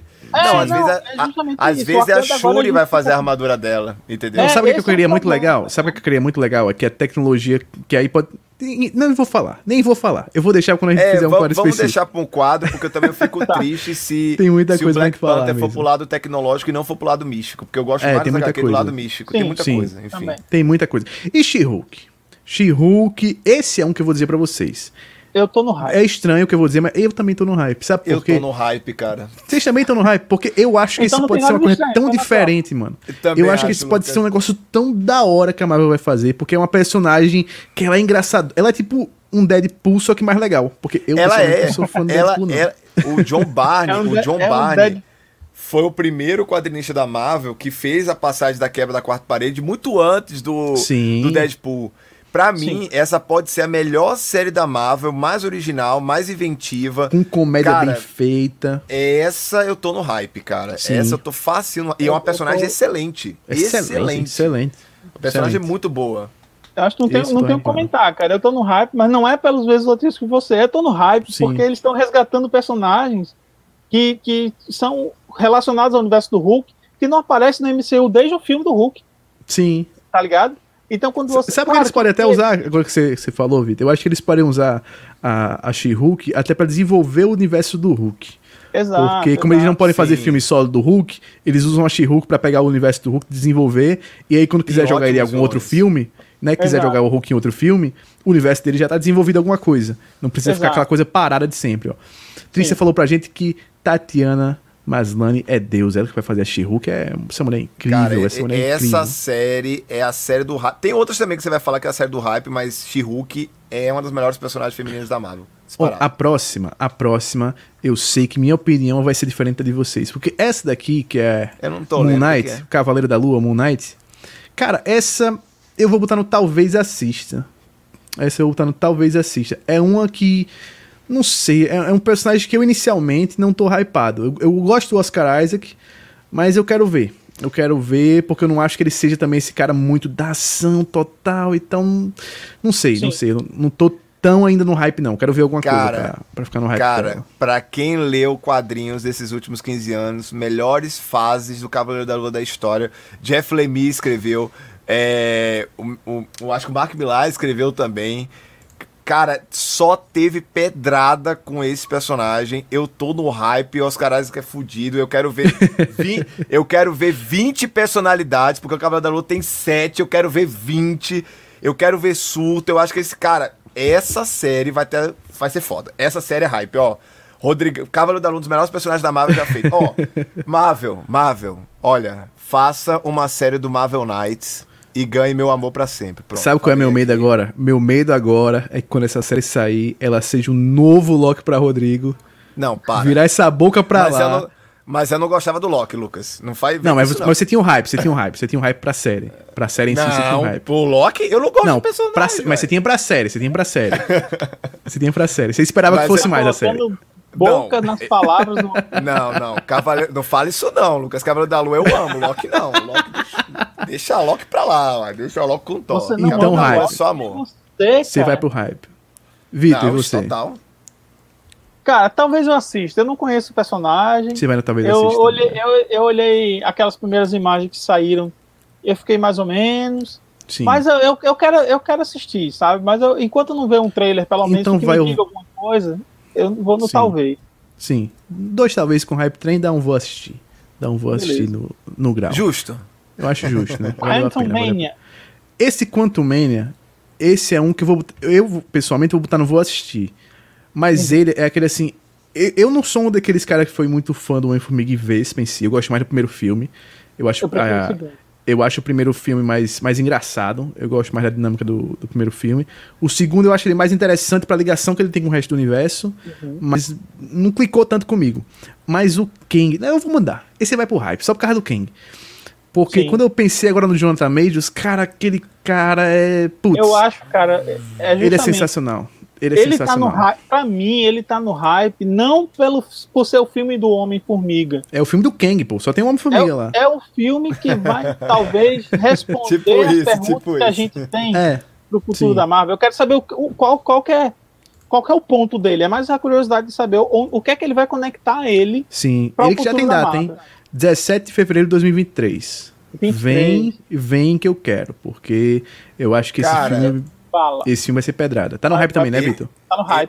às vezes a Shuri vai fazer a armadura dela, entendeu? Sabe o que eu queria muito legal? Sabe o que eu queria muito legal? É que a tecnologia que aí pode... Nem vou falar. Eu vou deixar quando a gente fizer um quadro específico. Vamos deixar pra um quadro, porque eu também fico triste se tem muita se coisa o Black falar Panther mesmo. for pro lado tecnológico e não for pro lado místico, porque eu gosto mais da HQ do lado místico. Sim, tem muita coisa, enfim. Também. Tem muita coisa. E She-Hulk, esse é um que eu vou dizer pra vocês. Eu tô no hype. É estranho o que eu vou dizer, mas eu também tô no hype. Sabe por quê? Eu tô no hype, cara. Vocês também estão no hype? Porque eu acho que isso pode ser uma coisa tão diferente, mano. Eu acho que isso pode ser um negócio tão da hora que a Marvel vai fazer, porque é uma personagem que ela é engraçada. Ela é tipo um Deadpool, só que mais legal. Porque eu não sou fã do Deadpool, não. O John Barney, foi o primeiro quadrinista da Marvel que fez a passagem da quebra da quarta parede muito antes do Deadpool. Pra mim, essa pode ser a melhor série da Marvel, mais original, mais inventiva. Com comédia bem feita. Essa eu tô no hype, cara. Sim. Essa eu tô fascinado. E é uma personagem excelente. Excelente. A personagem é muito boa. Eu acho que não tem o que comentar, cara. Eu tô no hype, mas não é pelos mesmos motivos que você. Eu tô no hype porque eles estão resgatando personagens que são relacionados ao universo do Hulk, que não aparecem no MCU desde o filme do Hulk. Sim. Tá ligado? Então, quando você... Sabe que eles podem até usar, agora que você falou, Vitor? Eu acho que eles podem usar a She-Hulk até pra desenvolver o universo do Hulk. Exato. Porque como eles não podem fazer filme solo do Hulk, eles usam a She-Hulk pra pegar o universo do Hulk, desenvolver, e aí quando quiser jogar ele em algum outro filme, né, quiser jogar o Hulk em outro filme, o universo dele já tá devido alguma coisa. Não precisa ficar aquela coisa parada de sempre, ó. Trícia falou pra gente que Tatiana Maslany é Deus, ela que vai fazer a She-Hulk, essa mulher é incrível. Cara, essa série é a série do hype. Tem outras também que você vai falar que é a série do hype, mas She-Hulk é uma das melhores personagens femininas da Marvel. A próxima, eu sei que minha opinião vai ser diferente da de vocês, porque essa daqui, que é Moon Knight, Cavaleiro da Lua, Moon Knight, cara, essa eu vou botar no talvez assista. É uma que... Não sei, é um personagem que eu inicialmente não tô hypado. Eu gosto do Oscar Isaac, mas eu quero ver. Porque eu não acho que ele seja também esse cara muito da ação total, então... Não sei. Eu não tô tão ainda no hype, não. Quero ver alguma coisa pra ficar no hype. Cara, pra quem leu quadrinhos desses últimos 15 anos, melhores fases do Cavaleiro da Lua da história, Jeff Lemire escreveu, acho que o Mark Millar escreveu também. Cara, só teve pedrada com esse personagem. Eu tô no hype, o Oscar Isaac é fudido. Eu quero ver 20 personalidades, porque o Cavaleiro da Lua tem 7. Eu quero ver 20. Eu quero ver surto. Eu acho que essa série vai ser foda. Essa série é hype, ó. Rodrigo, Cavaleiro da Lua, um dos melhores personagens da Marvel já feito. Ó, Marvel, olha, faça uma série do Marvel Knights e ganhe meu amor pra sempre. Pronto, sabe qual é meu medo agora? Meu medo agora é que quando essa série sair, ela seja um novo Loki pra Rodrigo. Não, para. Virar essa boca pra lá. Mas eu não gostava do Loki, Lucas. Não faz Não, mas você tinha um hype, você tinha um hype pra série. Pra série em si, você tinha um hype. Pro Loki, eu não gosto do personagem. Mas você tinha pra série. Você tinha pra série. Você esperava que fosse mais a série. Boca nas palavras. Não. Cavaleiro, não fale isso não, Lucas. Cavaleiro da Lua eu amo. Loki não. Loki, deixa Loki pra lá, ué. Deixa o Loki com Thor. Então, hype. É só amor. Você vai pro hype. Vitor, e você? Total. Cara, talvez eu assista. Eu não conheço o personagem. Você vai talvez assistir. Eu olhei aquelas primeiras imagens que saíram. Eu fiquei mais ou menos. Sim. Mas eu quero assistir, sabe? Mas enquanto eu não ver um trailer, pelo menos, então que me diga alguma coisa, eu vou no talvez. Sim. 2 talvez com Hype Train, dá um vou assistir. Assistir no grau. Justo. Eu acho justo, né? Quantum Mania. Esse Quantum Mania, esse é um que eu pessoalmente vou botar no vou assistir. Mas ele é aquele assim... Eu não sou um daqueles caras que foi muito fã do Homem-Formiga e Vespa em si. Eu gosto mais do primeiro filme. Eu acho o primeiro filme mais engraçado. Eu gosto mais da dinâmica do primeiro filme. O segundo eu acho ele mais interessante pra ligação que ele tem com o resto do universo. Mas não clicou tanto comigo. Mas o Kang... Eu vou mandar. Esse vai pro hype, só por causa do Kang. Porque quando eu pensei agora no Jonathan Majors, cara, aquele cara é... Putz, eu acho, cara... ele é sensacional. Ele sensacional. Tá no hype. Pra mim, ele tá no hype não por ser o filme do Homem-Formiga. É o filme do Kang, pô. Só tem um Homem-Formiga lá. É o filme que vai, talvez, responder as perguntas que a gente tem pro futuro da Marvel. Eu quero saber qual que é o ponto dele. É mais a curiosidade de saber o que é que ele vai conectar ele. Sim, ele que já tem data, hein? 17 de fevereiro de 2023. 23. Vem que eu quero, porque eu acho que esse filme vai ser pedrada. Tá no hype também, né, Vitor? Tá no hype.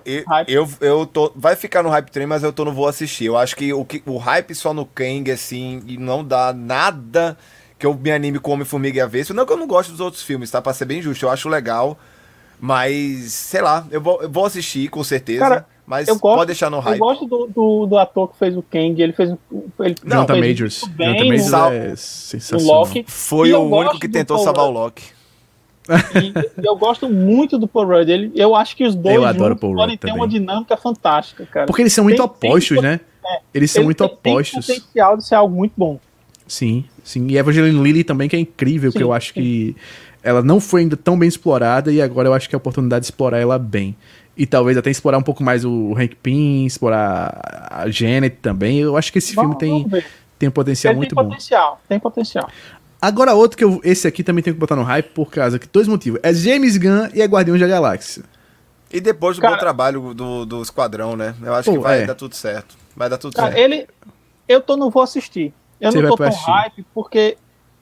Vai ficar no hype train, mas eu não vou assistir. Eu acho que o hype só no Kang, assim, e não dá nada que eu me anime com Homem-Formiga e a Vespa. Não que eu não gosto dos outros filmes, tá? Pra ser bem justo, eu acho legal. Mas, sei lá, eu vou assistir, com certeza. Cara, mas pode deixar no hype. Eu gosto do ator que fez o Kang. Ele fez... Jonathan Majors. Jonathan Majors é sensacional. Loki. Foi o único que tentou salvar o Loki. E eu gosto muito do Paul Rudd. Eu acho que os dois podem ter uma dinâmica fantástica, cara. Porque eles são muito opostos, né? Eles são muito opostos. Tem potencial de ser algo muito bom. Sim. E Evangeline Lilly também, que é incrível, que eu acho que ela não foi ainda tão bem explorada e agora eu acho que é a oportunidade de explorar ela bem. E talvez até explorar um pouco mais o Hank Pym, explorar a Janet também. Eu acho que esse filme tem um potencial muito bom. Tem potencial. Agora outro esse aqui também tem que botar no hype por causa que 2 motivos. É James Gunn e é Guardiões da Galáxia. E depois do bom trabalho do Esquadrão, né? Eu acho que vai dar tudo certo. Vai dar tudo certo. Eu não vou assistir. Eu não tô com hype porque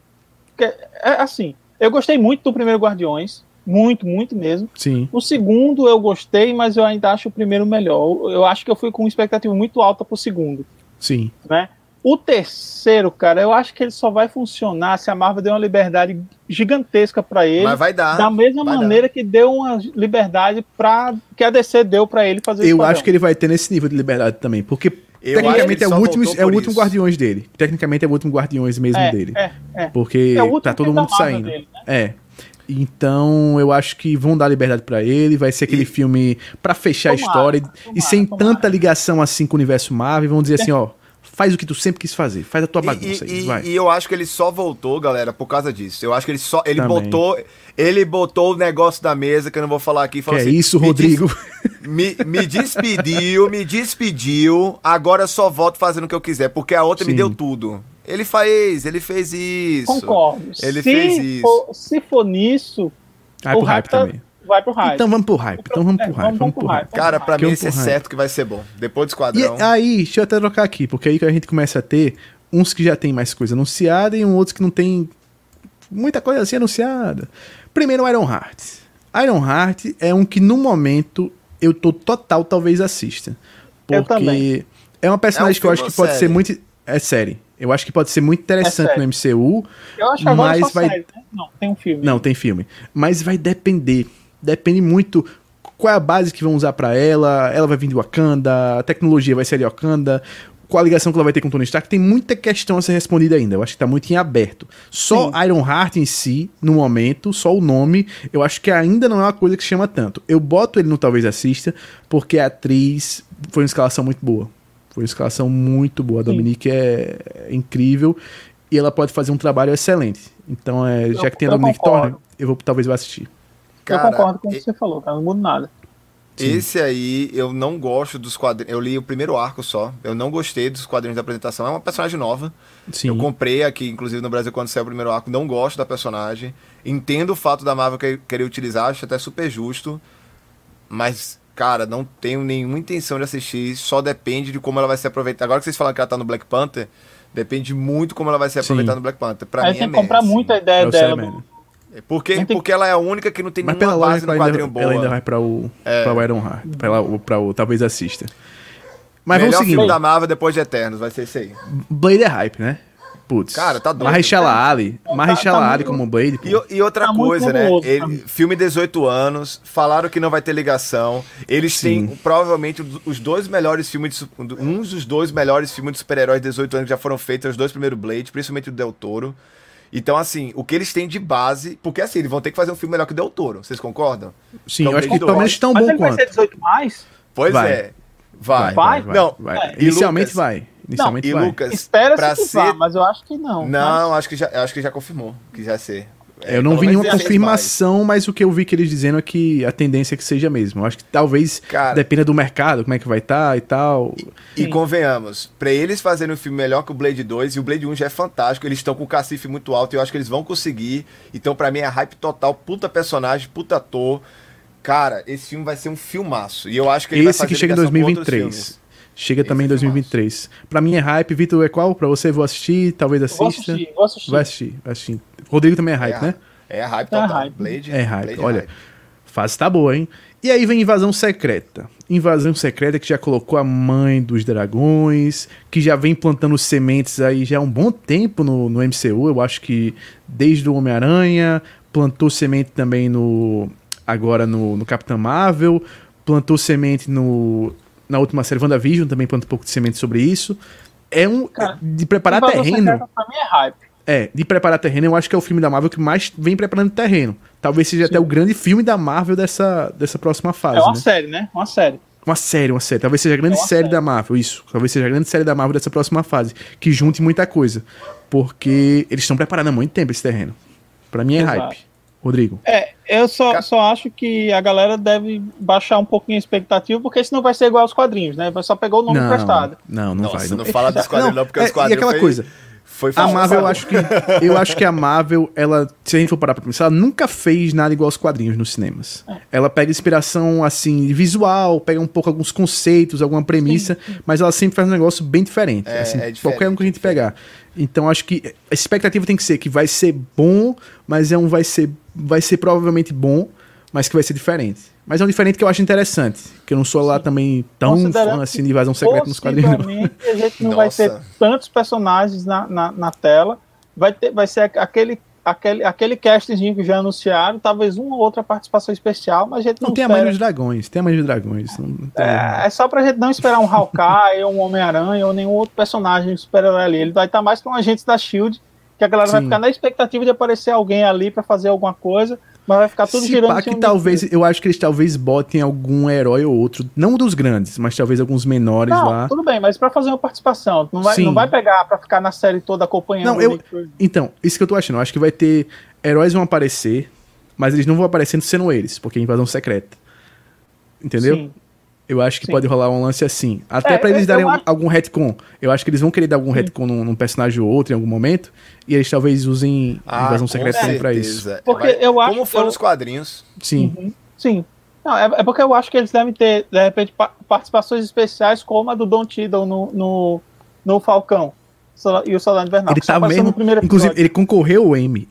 assim, eu gostei muito do primeiro Guardiões. Muito, muito mesmo. Sim. O segundo eu gostei, mas eu ainda acho o primeiro melhor. Eu acho que eu fui com uma expectativa muito alta pro segundo. Sim. Né? O terceiro, cara, eu acho que ele só vai funcionar se a Marvel der uma liberdade gigantesca pra ele. Mas vai dar. Da mesma maneira que deu uma liberdade que a DC deu pra ele fazer Eu acho que ele vai ter nesse nível de liberdade também, porque tecnicamente é o último Guardiões dele. Tecnicamente é o último Guardiões mesmo dele. Porque tá todo mundo saindo. Dele, né? Então eu acho que vão dar liberdade pra ele, vai ser aquele filme pra fechar a história e sem tanta ligação assim com o universo Marvel, vão dizer assim, ó, faz o que tu sempre quis fazer, faz a tua bagunça aí, vai. E eu acho que ele só voltou, galera, por causa disso. Eu acho que ele botou o negócio da mesa, que eu não vou falar aqui. Falou assim, isso, Rodrigo? Me despediu, agora eu só volto fazendo o que eu quiser, porque a outra me deu tudo. Ele fez isso. Concordo. Ele fez isso. Se for nisso, vai pro hype também. Vai pro hype. Então vamos pro hype. Vamos pro hype. Cara, pra mim esse é certo que vai ser bom. Depois do Esquadrão. E aí, deixa eu até trocar aqui, porque aí que a gente começa a ter uns que já tem mais coisa anunciada e outros que não tem muita coisa assim anunciada. Primeiro, Ironheart. Ironheart é um que no momento eu tô total talvez assista. Porque é uma personagem que eu acho que pode ser muito... É série. Eu acho que pode ser muito interessante no MCU. Eu acho que agora só série, né? Não, tem um filme. Não, tem filme. Mas vai depender. Depende muito qual é a base que vão usar pra ela vai vir de Wakanda, a tecnologia vai ser de Wakanda, qual a ligação que ela vai ter com o Tony Stark, tem muita questão a ser respondida ainda, eu acho que tá muito em aberto. Só Ironheart em si, no momento, só o nome, eu acho que ainda não é uma coisa que chama tanto. Eu boto ele no Talvez Assista, porque a atriz foi uma escalação muito boa. Foi uma escalação muito boa. A Dominique é incrível e ela pode fazer um trabalho excelente. Então, já que tem a Dominique Thorne, talvez vá assistir. Cara, eu concordo com o que você falou, cara, não muda nada. Esse aí, eu não gosto dos quadrinhos. Eu li o primeiro arco só. Eu não gostei dos quadrinhos da apresentação. É uma personagem nova. Sim. Eu comprei aqui, inclusive no Brasil, quando saiu o primeiro arco. Não gosto da personagem. Entendo o fato da Marvel querer utilizar, acho até super justo. Mas, cara, não tenho nenhuma intenção de assistir. Só depende de como ela vai ser aproveitada. Agora que vocês falam que ela tá no Black Panther, depende muito como ela vai ser aproveitada no Black Panther. Pra mim tem que comprar muito a ideia dela. Porque ela é a única que não tem mas nenhuma base no quadrinho boa. Ela ainda vai pra o Ironheart, pra o Talvez Assista. Mas vamos seguir. Melhor filme da Marvel depois de Eternos, vai ser esse aí. Blade é hype, né? Putz. Cara, tá doido. Mahershala Ali como Blade. E outra coisa, né? Filme 18 anos, falaram que não vai ter ligação. Eles têm provavelmente os dois melhores filmes dos dois melhores filmes de super-heróis de 18 anos que já foram feitos, os dois primeiros Blade, principalmente o Del Toro. Então, assim, o que eles têm de base... Porque, assim, eles vão ter que fazer um filme melhor que o Del Toro. Vocês concordam? Sim, eu acho que pelo menos tão bom quanto. Mas ele vai ser 18 mais? Pois é. Vai. Não, inicialmente vai. Inicialmente vai. Lucas, espera-se que vá, mas eu acho que não. Não, acho que já confirmou que já ser. Eu não vi nenhuma confirmação, mas o que eu vi que eles dizendo é que a tendência é que seja mesmo. Eu acho que talvez dependa do mercado, como é que vai estar e tal. E convenhamos, pra eles fazerem um filme melhor que o Blade 2, e o Blade 1 já é fantástico, eles estão com o cacife muito alto e eu acho que eles vão conseguir. Então pra mim é hype total, puta personagem, puta ator. Cara, esse filme vai ser um filmaço. E eu acho que ele vai fazer que chega em 2023. Chega também em 2023. Pra mim é hype. Vitor, é qual? Pra você, vou assistir, talvez assista. Vou assistir. Vai assistir. Rodrigo também é hype, né? É hype total. Blade é hype. Olha, fase tá boa, hein? E aí vem Invasão Secreta. Invasão Secreta que já colocou a mãe dos dragões, que já vem plantando sementes aí já há um bom tempo no MCU. Eu acho que desde o Homem-Aranha, plantou semente também agora no Capitã Marvel, plantou semente na última série WandaVision, também planta um pouco de semente sobre isso. De preparar terreno. Pra mim é hype. De preparar terreno, eu acho que é o filme da Marvel que mais vem preparando terreno. Talvez seja até o grande filme da Marvel dessa próxima fase. É uma série, né? Uma série. Talvez seja a grande série da Marvel, isso. Talvez seja a grande série da Marvel dessa próxima fase. Que junte muita coisa. Porque eles estão preparando há muito tempo esse terreno. Pra mim é hype. Rodrigo. Eu só acho que a galera deve baixar um pouquinho a expectativa, porque senão vai ser igual aos quadrinhos, né? Só pegou o nome emprestado. Não vai. Não fala dos quadrinhos não, porque os quadrinhos... E aquela coisa... A Marvel, eu acho que a Marvel, se a gente for parar pra pensar, ela nunca fez nada igual aos quadrinhos nos cinemas. Ela pega inspiração, assim, visual, pega um pouco alguns conceitos, alguma premissa, mas ela sempre faz um negócio bem diferente. Diferente, qualquer um que a gente pegar. Então, acho que a expectativa tem que ser que vai ser bom, mas vai ser provavelmente bom, mas que vai ser diferente. Mas é um diferente que eu acho interessante, que eu não sou lá também tão fã assim de Invasão Secreta nos quadrinhos. A gente não vai ter tantos personagens na tela, vai ser aquele castingzinho que já anunciaram, talvez uma ou outra participação especial, mas a gente não tem espera. A Mãe dos Dragões, tem a Mãe dos Dragões. É só pra gente não esperar um Hawkeye ou um Homem-Aranha ou nenhum outro personagem super-herói ali. Ele vai estar mais pra um agente da SHIELD, que a galera vai ficar na expectativa de aparecer alguém ali pra fazer alguma coisa, mas vai ficar tudo girando. Eu acho que eles talvez botem algum herói ou outro, não dos grandes, mas talvez alguns menores lá. Tudo bem, mas pra fazer uma participação, não vai pegar pra ficar na série toda acompanhando. Então, isso que eu tô achando, eu acho que vai ter heróis vão aparecer, mas eles não vão aparecendo sendo eles, porque é invasão secreta. Entendeu? Sim. Eu acho que pode rolar um lance assim. Até pra eles darem algum retcon. Eu acho que eles vão querer dar algum retcon num personagem ou outro em algum momento. E eles talvez usem invasão secreta também pra isso. Porque eu acho como foram os quadrinhos. Sim. Sim. Não, é porque eu acho que eles devem ter, de repente, participações especiais como a do Don Cheadle no Falcão e o Soldado Invernal. Ele tá mesmo. Inclusive, ele concorreu ao Emmy.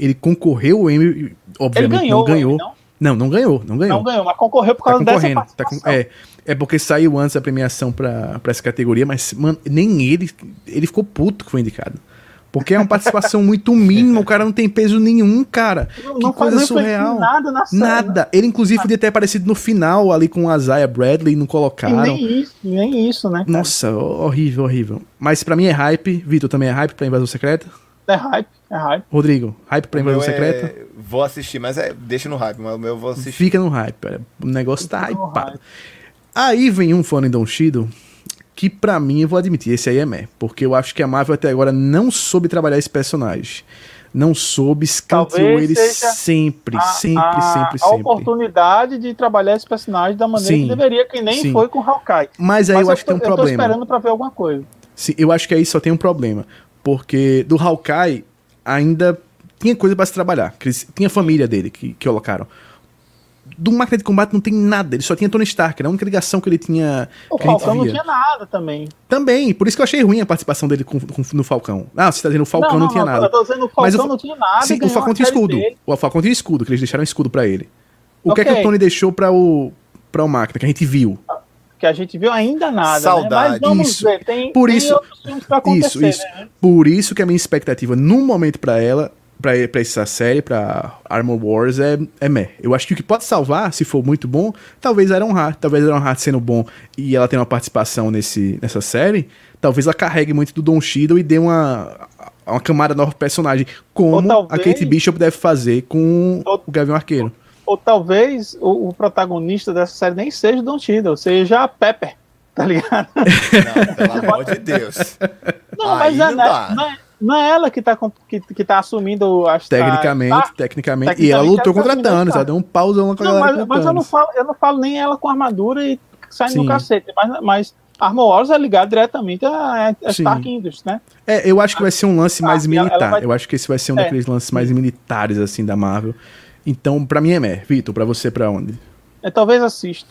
Obviamente ele não ganhou. Não ganhou. Não ganhou, mas concorreu por causa dessa participação. É porque saiu antes a premiação pra essa categoria, mas, mano, nem ele ficou puto que foi indicado. Porque é uma participação muito mínima, o cara não tem peso nenhum, cara. Não que coisa faz surreal. Nada na cena. Nada. Ele, inclusive, podia ter aparecido no final ali com a Isaiah Bradley e não colocaram. E nem isso, né? Cara? Nossa, horrível, horrível. Mas pra mim é hype. Vitor, também é hype pra Invasão Secreta? É hype. Rodrigo, hype pra Invasão Secreta? Vou assistir, mas deixa no hype, mas o meu eu vou assistir. Fica no hype, cara. O negócio tá hypado. Aí vem um fã em Don Cheadle que pra mim, eu vou admitir, esse aí é meh. Porque eu acho que a Marvel até agora não soube trabalhar esse personagem. Não soube, escanteou ele sempre. A oportunidade de trabalhar esse personagem da maneira que deveria, que nem foi com o Hawkeye. Mas aí eu acho que tem um problema. Eu tô esperando pra ver alguma coisa. Sim, eu acho que aí só tem um problema. Porque do Hawkeye ainda tinha coisa pra se trabalhar. Tinha a família dele que colocaram. Do Máquina de Combate não tem nada, ele só tinha Tony Stark, era a única ligação que ele tinha. O Falcão não tinha nada também. Também, por isso que eu achei ruim a participação dele no Falcão. Ah, você tá dizendo o Falcão não tinha nada. Eu tô dizendo o Falcão não tinha nada. Sim, o Falcão tinha escudo. O Falcão tinha escudo, que eles deixaram escudo pra ele. O que é que o Tony deixou pra o Máquina, que a gente viu? Que a gente viu ainda nada. Saudade. Né? Mas vamos ver, tem outros filmes pra acontecer. Né? Por isso que a minha expectativa, no momento pra ela, pra essa série, pra Armor Wars, é meh. Eu acho que o que pode salvar, se for muito bom, talvez Ironheart. Talvez Ironheart sendo bom e ela tendo uma participação nessa série, talvez ela carregue muito do Don Cheadle e dê uma camada nova pro personagem, como talvez, a Kate Bishop deve fazer com o Gavião Arqueiro. Ou talvez o protagonista dessa série nem seja o Don Cheadle, seja a Pepper, tá ligado? Não, pelo amor de Deus. Não, mas não é ela que tá assumindo as Tecnicamente. E ela lutou contra Thanos, ela deu um pauzão com a galera. Mas eu não falo nem ela com armadura e saindo no cacete, mas Armor Wars é ligado diretamente a Stark Industries, né? Eu acho que vai ser um lance mais militar. Eu acho que esse vai ser um daqueles lances mais militares, assim, da Marvel. Então, pra mim é meh. Vitor, pra você, pra onde? Talvez assista.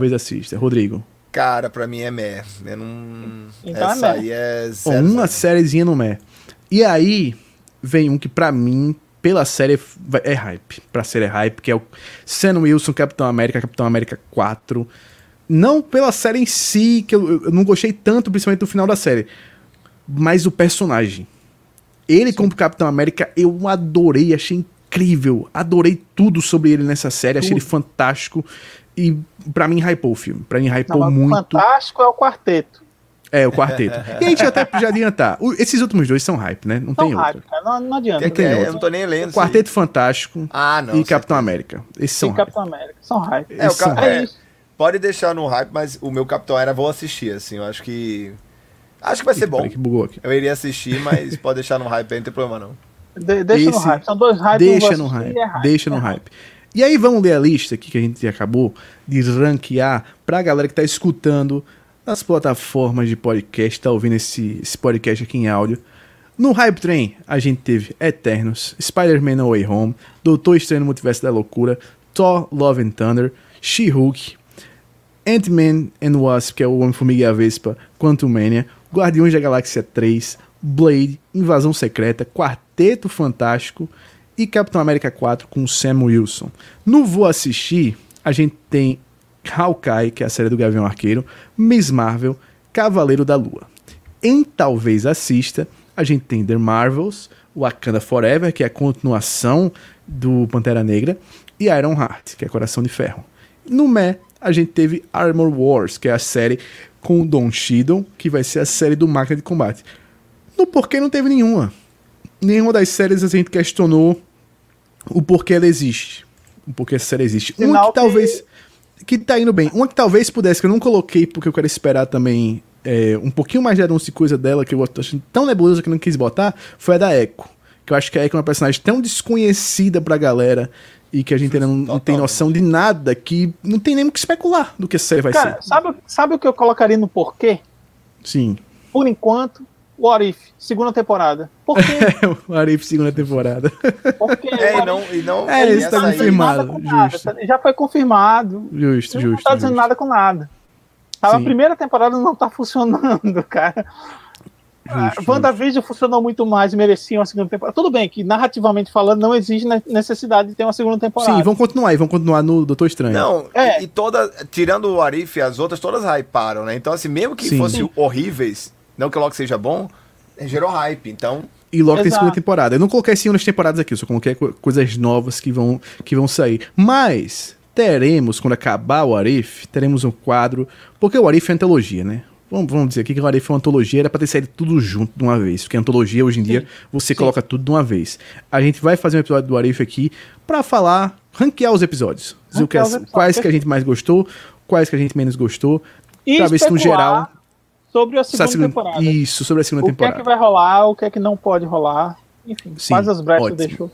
Rodrigo? Cara, pra mim é meh. Eu não... Então essa é meh. aí é zero. Uma sériezinha no meh. E aí, vem um que pra mim, pela série, é hype. Pra série é hype, que é o Sam Wilson, Capitão América 4. Não pela série em si, que eu não gostei tanto, principalmente do final da série. Mas o personagem. Ele como Capitão América, eu adorei, achei incrível. Adorei tudo sobre ele nessa série, achei ele fantástico. E pra mim hypou o filme. Pra mim hypou muito. Fantástico é o quarteto. É, o quarteto. E a gente até já adiantar. Esses últimos dois são hype, né? Não tem hype, outro. Cara, não adianta. Eu não tô nem lendo. Quarteto Fantástico não, e Capitão América. Esses são hype. Capitão América. São hype. Isso. Pode deixar no hype, mas o meu Capitão era vou assistir, assim. Eu acho que vai ser bom. Que bugou aqui. Eu iria assistir, mas pode deixar no hype aí, não tem problema não. Deixa no hype. São dois hypes. Deixa no hype. E aí vamos ler a lista aqui que a gente acabou de ranquear pra galera que tá escutando nas plataformas de podcast, tá ouvindo esse podcast aqui em áudio. No Hype Train, a gente teve Eternos, Spider-Man No Way Home, Doutor Estranho no Multiverso da Loucura, Thor Love and Thunder, She-Hulk, Ant-Man and Wasp, que é o Homem-Formiga e a Vespa, Quantumania, Guardiões da Galáxia 3, Blade, Invasão Secreta, Quarteto Fantástico e Capitão América 4 com Sam Wilson. No Vou Assistir, a gente tem Hawkeye, que é a série do Gavião Arqueiro, Miss Marvel, Cavaleiro da Lua. Em Talvez Assista, a gente tem The Marvels, Wakanda Forever, que é a continuação do Pantera Negra, e Ironheart, que é Coração de Ferro. No Meh, a gente teve Armor Wars, que é a série com o Don Cheadle, que vai ser a série do Máquina de Combate. No Porquê não teve nenhuma. Nenhuma das séries a gente questionou o porquê ela existe. O porquê essa série existe. Uma que talvez... que tá indo bem. Uma que talvez pudesse, que eu não coloquei porque eu quero esperar também um pouquinho mais de anúncio de coisa dela, que eu tô achando tão nebulosa que eu não quis botar, foi a da Echo. Que eu acho que a Echo é uma personagem tão desconhecida pra galera e que a gente ainda não tem noção de nada, que não tem nem o que especular do que essa série vai ser. Sabe o que eu colocaria no porquê? Sim. Por enquanto, What If, segunda temporada. Por quê? What If, segunda temporada. Porque isso tá confirmado. Justo. Já foi confirmado. Justo. Não tá dizendo nada com nada. A primeira temporada não tá funcionando, cara. WandaVision funcionou muito mais, merecia uma segunda temporada. Tudo bem que, narrativamente falando, não existe necessidade de ter uma segunda temporada. Sim, vão continuar no Doutor Estranho. Não, e tirando o Arif, as outras todas hyparam, né? Então, assim, mesmo que fossem horríveis, não que logo seja bom, gerou hype, então... E logo tem Exato. segunda temporada. Eu não coloquei segundas temporadas aqui, eu só coloquei coisas novas que vão sair. Mas teremos, quando acabar o What If, teremos um quadro. Porque o What If é antologia, né? Vamos dizer aqui que o What If é uma antologia, era pra ter saído tudo junto de uma vez. Porque a antologia, hoje em dia, você coloca tudo de uma vez. A gente vai fazer um episódio do What If aqui pra falar, ranquear os episódios. Dizer quais que a gente mais gostou, quais que a gente menos gostou. E pra ver se no geral. Sobre a segunda temporada. Isso, sobre a segunda temporada. O que é que vai rolar, o que é que não pode rolar. Enfim, Sim, quais as brechas ótimo. deixou.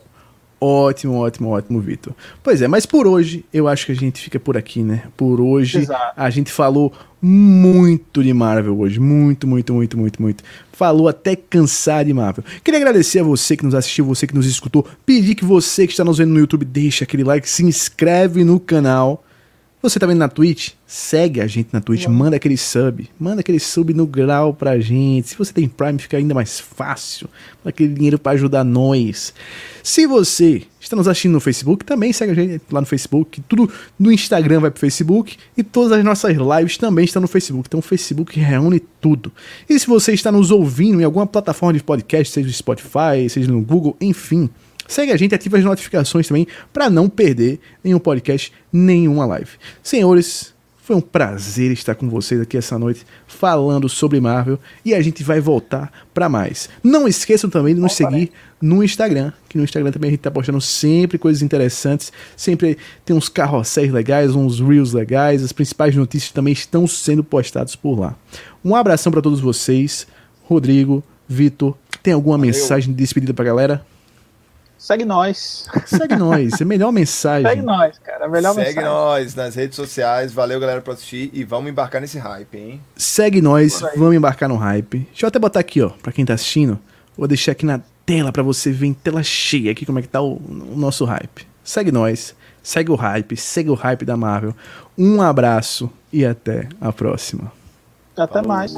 Ótimo, Vitor. Pois é, mas por hoje, eu acho que a gente fica por aqui, né? Por hoje, Exato. a gente falou muito de Marvel hoje. Muito. Falou até cansar de Marvel. Queria agradecer a você que nos assistiu, você que nos escutou. Pedir que você que está nos vendo no YouTube, deixa aquele like, se inscreve no canal. Você tá vendo na Twitch? Segue a gente na Twitch, manda aquele sub no grau pra gente. Se você tem Prime, fica ainda mais fácil. Manda aquele dinheiro pra ajudar nós. Se você está nos assistindo no Facebook, também segue a gente lá no Facebook. Tudo no Instagram vai pro Facebook. E todas as nossas lives também estão no Facebook. Então o Facebook reúne tudo. E se você está nos ouvindo em alguma plataforma de podcast, seja no Spotify, seja no Google, enfim... Segue a gente, ativa as notificações também para não perder nenhum podcast, nenhuma live. Senhores, foi um prazer estar com vocês aqui essa noite falando sobre Marvel e a gente vai voltar para mais. Não esqueçam também de nos seguir no Instagram, que no Instagram também a gente tá postando sempre coisas interessantes, sempre tem uns carrosséis legais, uns reels legais, as principais notícias também estão sendo postadas por lá. Um abração para todos vocês. Rodrigo, Vitor, tem alguma mensagem de despedida pra galera? Segue nós. É a melhor mensagem. Segue nós, cara. A melhor Segue mensagem. nós nas redes sociais. Valeu, galera, por assistir. E vamos embarcar nesse hype, hein? Segue nós, vamos embarcar no hype. Deixa eu até botar aqui, ó, pra quem tá assistindo. Vou deixar aqui na tela pra você ver em tela cheia aqui como é que tá o nosso hype. Segue nós, segue o hype da Marvel. Um abraço e até a próxima. Até mais.